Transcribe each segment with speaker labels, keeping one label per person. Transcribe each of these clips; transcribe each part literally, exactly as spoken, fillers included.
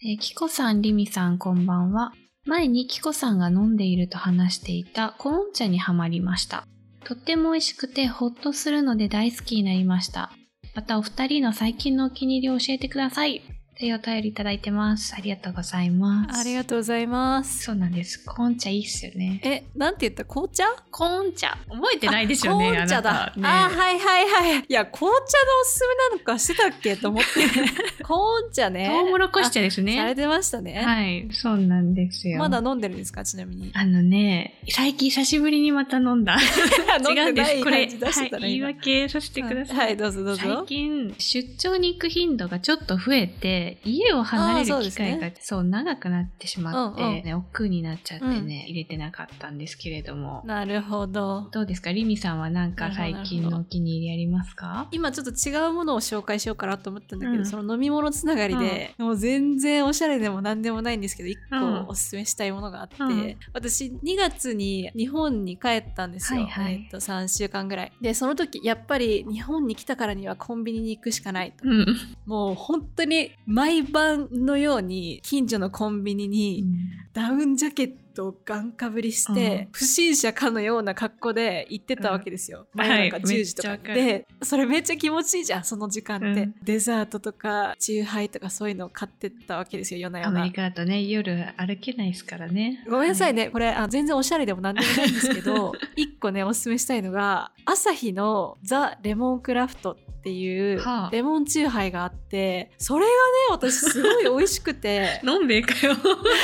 Speaker 1: えー、キコさん、リミさん、こんばんは。前にキコさんが飲んでいると話していたコーン茶にハマりました。とっても美味しくてホッとするので大好きになりました。またお二人の最近のお気に入りを教えてください。というお便りいただいてます。ありがとうございます。
Speaker 2: ありがとうございます。
Speaker 1: そうなんです。コーン茶いいっすよね。
Speaker 2: え、なんて言った？紅茶？
Speaker 1: コーン茶。覚えてないですよね。
Speaker 2: コーン茶だ。あ、
Speaker 1: ね、
Speaker 2: あ、はいはいはい。いや、紅茶のおすすめなのかしてたっけと思って。コーン茶ね。
Speaker 1: トウモロコシ茶ですね。
Speaker 2: されてましたね。
Speaker 1: はい、そうなんですよ。
Speaker 2: まだ飲んでるんですか、ちなみに。
Speaker 1: あのね、最近久しぶりにまた飲んだ。
Speaker 2: 飲んでない
Speaker 1: これ、
Speaker 2: 感じ出してたら
Speaker 1: はい、言い訳させてください。
Speaker 2: はい、はい、どうぞどうぞ。
Speaker 1: 最近、出張に行く頻度がちょっと増えて、家を離れる機会がそう、ね、そう長くなってしまって、うんうんね、億劫になっちゃってね、うん、入れてなかったんですけれども。
Speaker 2: なるほど。
Speaker 1: どうですか、リミさんはなんか最近のお気に入りありますか？
Speaker 2: 今ちょっと違うものを紹介しようかなと思ったんだけど、うん、その飲み物つながりで、うん、もう全然おしゃれでも何でもないんですけど、一個おすすめしたいものがあって、うん、私にがつに日本に帰ったんですよ。はいはい、えっとさんしゅうかんぐらい。で、その時やっぱり日本に来たからにはコンビニに行くしかないと。うん、もう本当に毎晩のように近所のコンビニにダウンジャケットをガンかぶりして、うん、不審者かのような格好で行ってたわけですよ。うん、真夜中じゅうじとか、はい、で、それめっちゃ気持ちいいじゃん、その時間って。うん、デザートとかチューハイとかそういうのを買ってったわけですよ、夜な夜な。
Speaker 1: アメリカだとね、夜歩けないですからね。
Speaker 2: ごめんなさいね、はい、これあ全然おしゃれでもなんでもないんですけど、一個ねおすすめしたいのがアサヒのザ・レモンクラフトっていうレモンチューハイがあって、それがね私すごい美味しくて
Speaker 1: 飲んべえかよ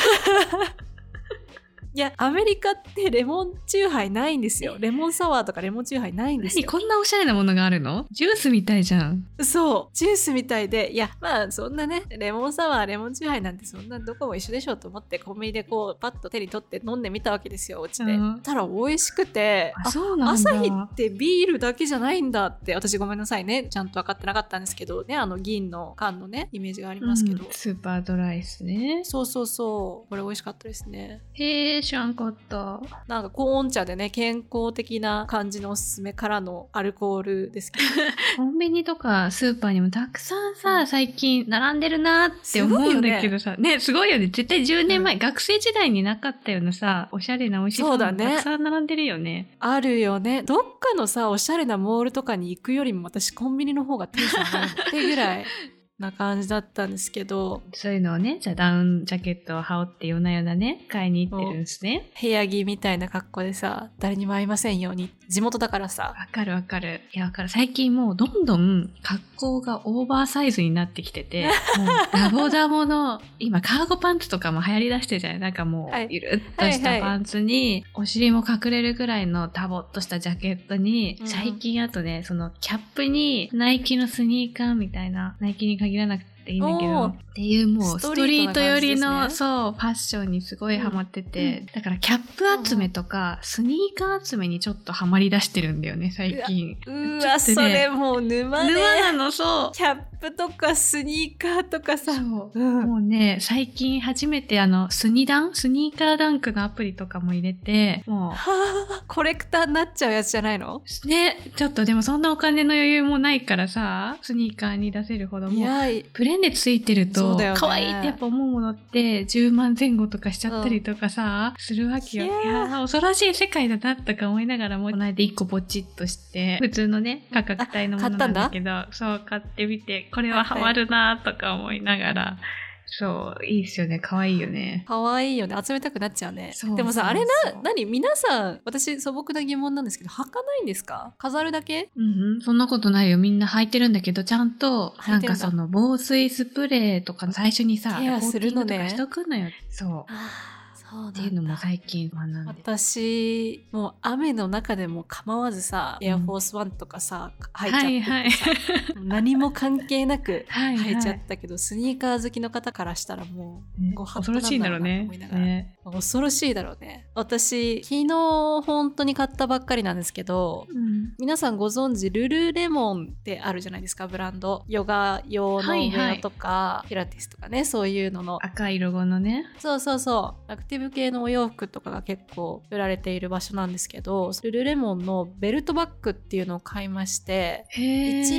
Speaker 2: いや、アメリカってレモンチューハイないんですよ。レモンサワーとかレモンチューハイないんですよ。
Speaker 1: 何こんなおしゃれなものがあるの？ジュースみたいじゃん。
Speaker 2: そう、ジュースみたいで、いや、まあそんなね、レモンサワー、レモンチューハイなんてそんなどこも一緒でしょと思ってコンビニでこうパッと手に取って飲んでみたわけですよ、お家で。うん、たら美味しくて、
Speaker 1: あ、そうなんだ。
Speaker 2: アサヒってビールだけじゃないんだって、私ごめんなさいね、ちゃんと分かってなかったんですけどね、あの銀の缶のね、イメージがありますけど。うん、
Speaker 1: スーパードライスね。
Speaker 2: そうそうそう、これ美味しかったですね。
Speaker 1: へー、知らんかった。
Speaker 2: なんかコーン茶でね、健康的な感じのおすすめからのアルコールですけど
Speaker 1: コンビニとかスーパーにもたくさんさ、うん、最近並んでるなって思うんだけどさ、ね、すごいよね。絶対じゅうねんまえ、うん、学生時代になかったようなさ、おしゃれな美味しそうなのたくさん並んでるよね。
Speaker 2: あるよね。どっかのさ、おしゃれなモールとかに行くよりも私コンビニの方がテンション上がるってぐらいな感じだったんですけど、
Speaker 1: そういうのをね、じゃあダウンジャケットを羽織って夜な夜なね買いに行ってるんですね。
Speaker 2: 部屋着みたいな格好でさ、誰にも会いませんように、地元だからさ。
Speaker 1: わかるわかる。いやわかる。最近もうどんどん格好がオーバーサイズになってきてて、もうダボダボの今カーゴパンツとかも流行りだしてるじゃない。なんかもうゆるっとしたパンツに、はいはいはい、お尻も隠れるぐらいのダボっとしたジャケットに、うん、最近あとね、そのキャップにナイキのスニーカーみたいな、ナイキに限らなくていいんだけどっていうもうストリート寄りの、ね、そうファッションにすごいハマってて、うん、だからキャップ集めとか、うん、スニーカー集めにちょっとハマり出してるんだよね最近。
Speaker 2: うわ、うわ、ね、それもう沼ね。
Speaker 1: 沼なの。そう
Speaker 2: キャップとかスニーカーとかさ、
Speaker 1: そう、うん、もうね最近初めてあのスニダンスニーカーダンクのアプリとかも入れて、もう
Speaker 2: はあ、コレクターになっちゃうやつじゃないの
Speaker 1: ね。ちょっとでもそんなお金の余裕もないからさ、スニーカーに出せるほどもうプレネついてると可愛いってやっぱ思うものってじゅうまんぜん後とかしちゃったりとかさ、うん、するわけよ。いや恐ろしい世界だなとか思いながらも、この間いっこポチッとして普通のね価格帯のものなんだけど、そう買ってみて、これはハマるなとか思いながら、はい、そういいですよね。可愛いよね。
Speaker 2: 可愛いよね。集めたくなっちゃうね。そうそうそう。でもさ、あれな、何皆さん、私素朴な疑問なんですけど、履かないんですか？飾るだけ？
Speaker 1: うん、うん、そんなことないよ。みんな履いてるんだけど、ちゃんとなんかその防水スプレーとか最初にさ、
Speaker 2: ケアするのね。
Speaker 1: コーティングとかしとくのよ。そう。
Speaker 2: そう
Speaker 1: っていうのも最近学んで、
Speaker 2: 私もう雨の中でも構わずさ、うん、エアフォースワンとかさ履いちゃっててさ、はいはい、何も関係なく履いちゃったけど、はいはい、スニーカー好きの方からしたらもうご法度なんだろうなと思いながら、ね、恐ろしいだろうね。私昨日本当に買ったばっかりなんですけど、うん、皆さんご存知ルルレモンってあるじゃないですか、ブランド。ヨガ用のウェアとか、はいはい、ピラティスとかね、そういうのの
Speaker 1: 赤いロゴのね、
Speaker 2: そうそうそう、アクティブ系のお洋服とかが結構売られている場所なんですけど、ルルレモンのベルトバッグっていうのを買いまして、いちリッ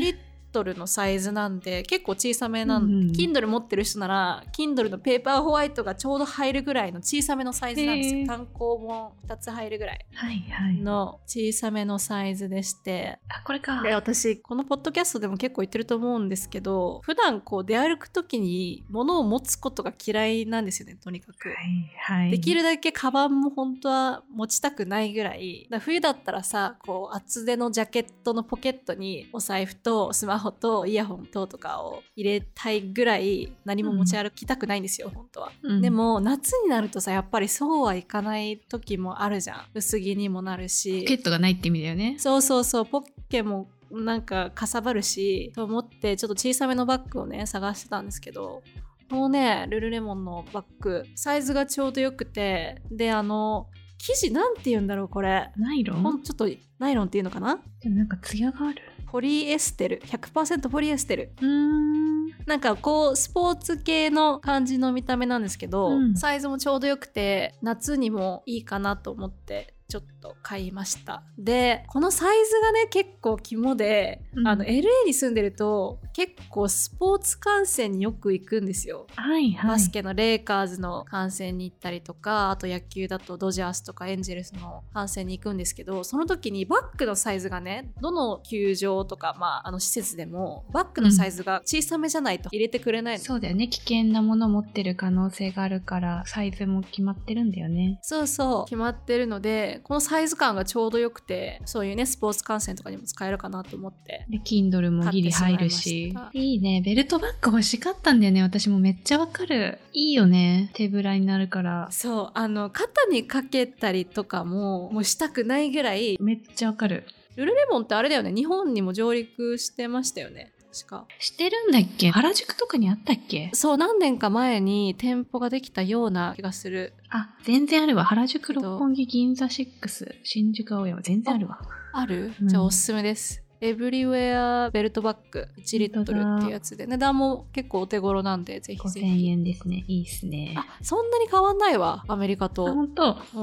Speaker 2: Kindle のサイズなんで結構小さめなん、
Speaker 1: うんうん、
Speaker 2: Kindle 持ってる人なら Kindle のペーパーホワイトがちょうど入るぐらいの小さめのサイズなんですよ。単行本ふたつ入るぐらいの小さめのサイズでして、はいはい、
Speaker 1: あ、これか。
Speaker 2: で、私このポッドキャストでも結構言ってると思うんですけど、普段こう出歩く時に物を持つことが嫌いなんですよね、とにかく、はいはい、できるだけカバンも本当は持ちたくないぐらいだ。冬だったらさ、こう厚手のジャケットのポケットにお財布とスマホとイヤホンととかを入れたいぐらい何も持ち歩きたくないんですよ、うん、本当は、うん、でも夏になるとさ、やっぱりそうはいかない時もあるじゃん。薄着にもなるし、
Speaker 1: ポケットがないって意味だよね。
Speaker 2: そうそうそう、ポッケもなんかかさばるしと思って、ちょっと小さめのバッグをね探してたんですけど、もうね、ルルレモンのバッグサイズがちょうどよくて、で、あの生地なんて言うんだろう、これ
Speaker 1: ナイロン、
Speaker 2: ほんちょっとナイロンっていうのかな。
Speaker 1: でもなんかツヤがある。
Speaker 2: ポリエステル ひゃくパーセント ポリエステル。
Speaker 1: うーん、
Speaker 2: なんかこうスポーツ系の感じの見た目なんですけど、うん、サイズもちょうどよくて夏にもいいかなと思ってちょっと買いました。で、このサイズがね結構肝で、うん、あの エルエー に住んでると結構スポーツ観戦によく行くんですよ、
Speaker 1: はいはい、
Speaker 2: バスケのレイカーズの観戦に行ったりとか、あと野球だとドジャースとかエンジェルスの観戦に行くんですけど、その時にバッグのサイズがね、どの球場とか、まあ、あの施設でもバッグのサイズが小さめじゃないと入れてくれないの、うん、
Speaker 1: そうだよね。危険なもの持ってる可能性があるからサイズも決まってるんだよね。
Speaker 2: そうそう、決まってるので、このサイズ感がちょうどよくて、そういうねスポーツ観戦とかにも使えるかなと思って、
Speaker 1: で Kindle もギリ入るし、いいね。ベルトバッグ欲しかったんだよね。私もめっちゃわかる。いいよね、手ぶらになるから。
Speaker 2: そう、あの肩にかけたりとかももうしたくないぐらい。
Speaker 1: めっちゃわかる。
Speaker 2: ルルレモンってあれだよね、日本にも上陸してましたよね、確か。
Speaker 1: してるんだっけ。原宿とかにあったっけ。
Speaker 2: そう、何年か前に店舗ができたような気がする。
Speaker 1: あ、全然あるわ。原宿、六本木、銀座ろく、新宿、青山、全然あるわ。
Speaker 2: ある、うん、じゃあおすすめです。エブリウェアベルトバッグいちリットルっていうやつで、値段も結構お手頃なんで、ぜひぜひ。
Speaker 1: ごせんえんですね。いいっすね。
Speaker 2: あ、そんなに変わんないわ、アメリカと。
Speaker 1: あ、本当。
Speaker 2: うん、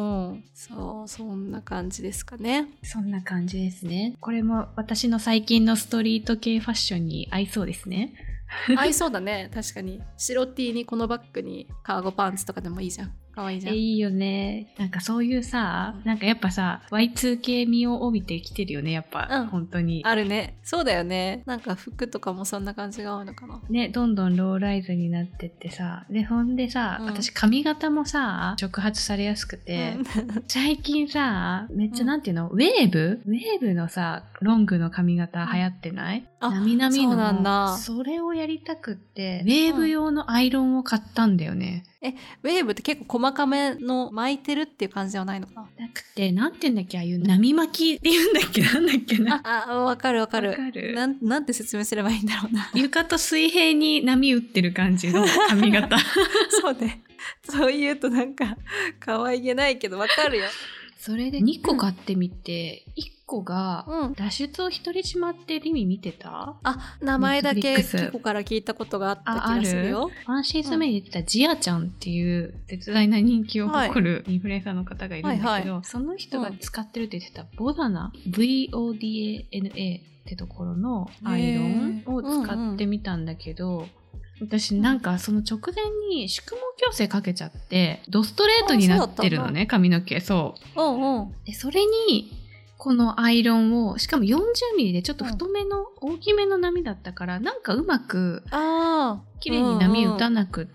Speaker 2: そう、そんな感じですかね。
Speaker 1: そんな感じですね。これも私の最近のストリート系ファッションに合いそうですね。
Speaker 2: 合いそうだね、確かに。白 T にこのバッグにカーゴパンツとかでもいいじゃん。かわいいじゃん。
Speaker 1: いいよね。なんかそういうさ、なんかやっぱさ ワイツー 系味を帯びてきてるよね、やっぱ、うん、本当に
Speaker 2: あるね。そうだよね。なんか服とかもそんな感じが多いのかな
Speaker 1: ね。どんどんローライズになってってさ、でほんでさ、うん、私髪型もさ触発されやすくて、うん、最近さめっちゃなんていうの、うん、ウェーブウェーブのさロングの髪型流行ってない？なみなみの。
Speaker 2: そうなんだ。
Speaker 1: それをやりたくってウェーブ用のアイロンを買ったんだよね。
Speaker 2: え、ウェーブって結構細かめの巻いてるっていう感じではないのかな。
Speaker 1: なくて、なんて言うんだっけ、ああいう波巻きって言うんだっけ、なんだっけな。
Speaker 2: あ、あ、わかるわかる。
Speaker 1: わかる。
Speaker 2: なん、なんて説明すればいいんだろうな。
Speaker 1: 床と水平に波打ってる感じの髪型。
Speaker 2: そうね。そう言うとなんか可愛げないけどわかるよ。
Speaker 1: それでにこ買ってみて、いっこが脱出を独り占まってる意味見てた？
Speaker 2: あ、名前だけキコから聞いたことがあった気がするよ。
Speaker 1: ファンシーズメイで言ってたジアちゃんっていう絶大な人気を誇るインフルエンサーの方がいるんだけど、はいはいはい、その人が使ってるって言ってたボダナ、ブイオーディーエヌエー ってところのアイロンを使ってみたんだけど、うんうん、私なんかその直前に宿毛矯正かけちゃってドストレートになってるのね、髪の毛。そう、うんうん、でそれにこのアイロンを、しかも よんじゅうミリ でちょっと太めの、うん、大きめの波だったからなんかうまく綺麗に波打たなくって、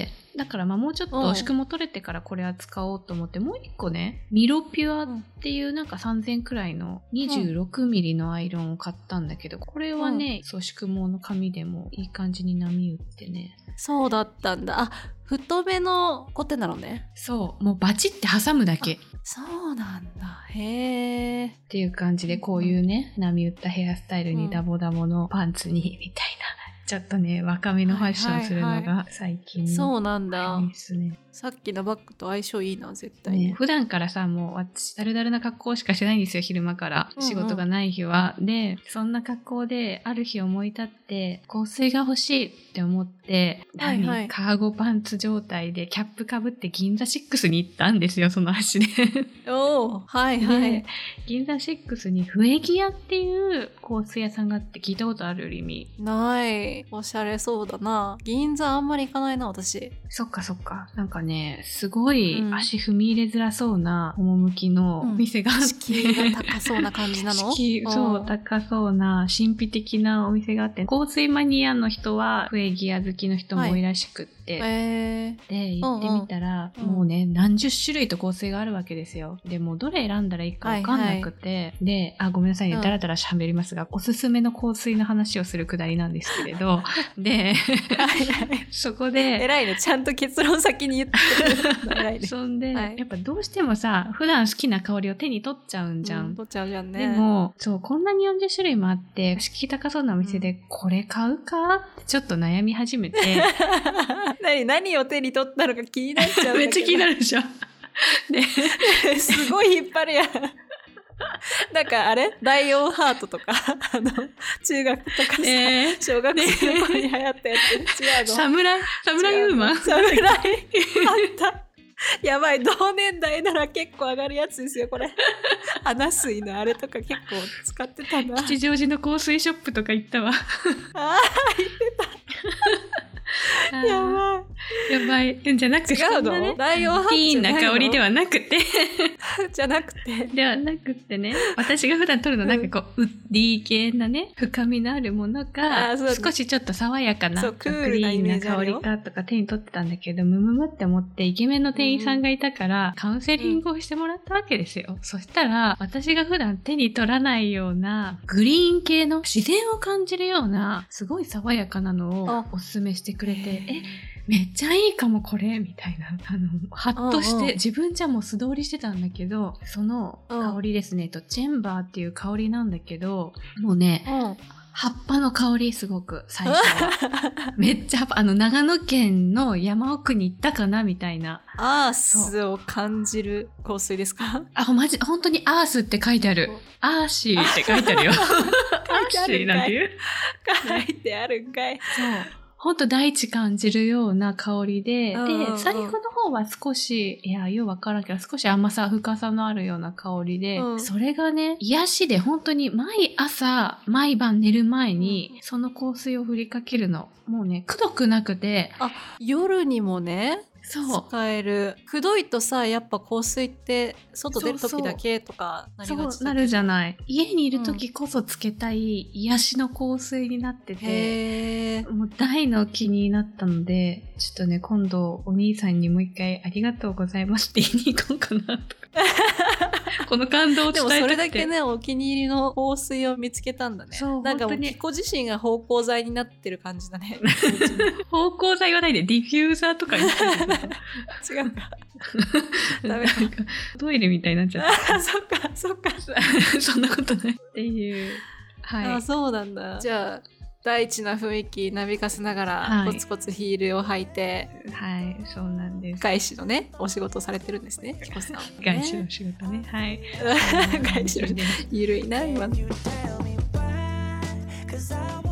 Speaker 1: うんうん、だからまあもうちょっと宿毛取れてからこれは使おうと思って、もう一個ねミロピュアっていうなんかさんぜんくらいの にじゅうろくミリ のアイロンを買ったんだけど、これはね、うん、そう宿毛の髪でもいい感じに波打ってね。
Speaker 2: そうだったんだ。あ、太めのコテなのね。
Speaker 1: そう、もうバチって挟むだけ。
Speaker 2: そうなんだ。へー。
Speaker 1: っていう感じで、こういうね、波打ったヘアスタイルにダボダボのパンツにみたいな。 ちょっとね若めのファッションするのが最近の、はいはい、
Speaker 2: そうなんだ
Speaker 1: ですね。
Speaker 2: さっきのバッグと相性いいな絶対に、
Speaker 1: ね、普段からさもう私だるだるな格好しかしてないんですよ昼間から、うんうん、仕事がない日は。でそんな格好である日思い立って香水が欲しいって思って、はいはい、カーゴパンツ状態でキャップかぶって銀座シックスに行ったんですよその足で
Speaker 2: おーはいはい
Speaker 1: 銀座シックスに笛木屋っていう香水屋さんがあって聞いたことある？リミ
Speaker 2: ない。おしゃれそうだな。銀座あんまり行かないな私。
Speaker 1: そっかそっか。なんかねすごい足踏み入れづらそうな趣のお店があって、うん、
Speaker 2: 敷居が高そうな感じなの
Speaker 1: 敷居そう高そうな神秘的なお店があって、香水マニアの人は笛木屋好きの人も多いらしくって、はいえー、で行ってみたら、うんうん、もうね何十種類と香水があるわけですよ。でもうどれ選んだらいいか分かんなくて、はいはい、であごめんなさいね、うん、だらだら喋りますがおすすめの香水の話をするくだりなんですけれどでそこで
Speaker 2: 偉いねちゃんと結論先に言ってる偉いね。
Speaker 1: そんで、はい、やっぱどうしてもさ普段好きな香りを手に取っちゃうんじゃん、
Speaker 2: うん、取っちゃうじゃんね。
Speaker 1: でもそうこんなによんじゅっしゅるいもあって敷居高そうなお店で、うん、これ買うかってちょっと悩み始めて
Speaker 2: 何何を手に取ったのか気になっちゃう
Speaker 1: めっちゃ気になるでしょ
Speaker 2: ですごい引っ張るやんなんかあれライオンハートとかあの中学とかさ、えー、小学生の頃に流行ったやつ、違うの
Speaker 1: サムライサムライウーマン
Speaker 2: サムライあったやばい同年代なら結構上がるやつですよこれ穴水のあれとか結構使ってたな。
Speaker 1: 吉祥寺の香水ショップとか行ったわあ
Speaker 2: あ言ってたやば
Speaker 1: いやばいじゃなくて
Speaker 2: 違うの、ね、ライオンハート
Speaker 1: ティーンな香りではなくて
Speaker 2: じゃなくて
Speaker 1: ではなくてね私が普段取るのなんかこう、うん、ウッディ系なね深みのあるものか少しちょっと爽やかなクリーンな香りかとか手に取ってたんだけどムムムって思ってイケメンの店員さんがいたから、うん、カウンセリングをしてもらったわけですよ、うん、そしたら私が普段手に取らないようなグリーン系の自然を感じるようなすごい爽やかなのをおすすめしてくれてえめっちゃいいかもこれみたいなあのハッとして、うんうん、自分じゃもう素通りしてたんだけどその香りですね、うん、とチェンバーっていう香りなんだけどもうね、うん葉っぱの香りすごく最初はめっちゃあの長野県の山奥に行ったかなみたいな
Speaker 2: アースを感じる香水ですか？
Speaker 1: あマジ本当にアースって書いてあるアーシーって書いてあるよアーシーなんていう
Speaker 2: 書いてあるんかい。
Speaker 1: そうほんと大地感じるような香りで、うんうんうん、で、最後の方は少し、いや、ようわからんけど、少し甘さ、深さのあるような香りで、うん、それがね、癒しで本当に毎朝、毎晩寝る前に、その香水を振りかけるの。もうね、くどくなくて。
Speaker 2: あ、夜にもね、
Speaker 1: そう
Speaker 2: 使える。くどいとさやっぱ香水って外出る時だけとかなりがちだけど、
Speaker 1: そうなるじゃない。家にいる時こそつけたい癒しの香水になってて、へーもう大の気になったのでちょっとね今度お兄さんにもう一回ありがとうございますって言いに行こうかなとかこの感動を伝えたくて。
Speaker 2: でもそれだけねお気に入りの香水を見つけたんだね。
Speaker 1: そう
Speaker 2: なんかもうキコ自身が芳香剤になってる感じだね
Speaker 1: 芳香剤はないでディフューザーとか言ってる
Speaker 2: 違うか
Speaker 1: ダメかトイレみたいになっちゃった
Speaker 2: あそっかそっか
Speaker 1: そんなことないっていう、はい、
Speaker 2: あそうなんだ。じゃあ大地な雰囲気なびかせながら、はい、コツコツヒールを履いて
Speaker 1: はいそうなんです。
Speaker 2: 外資のねお仕事をされてるんですねキコさん、ね、
Speaker 1: 外資の仕事ねはい
Speaker 2: 外資のゆるいな今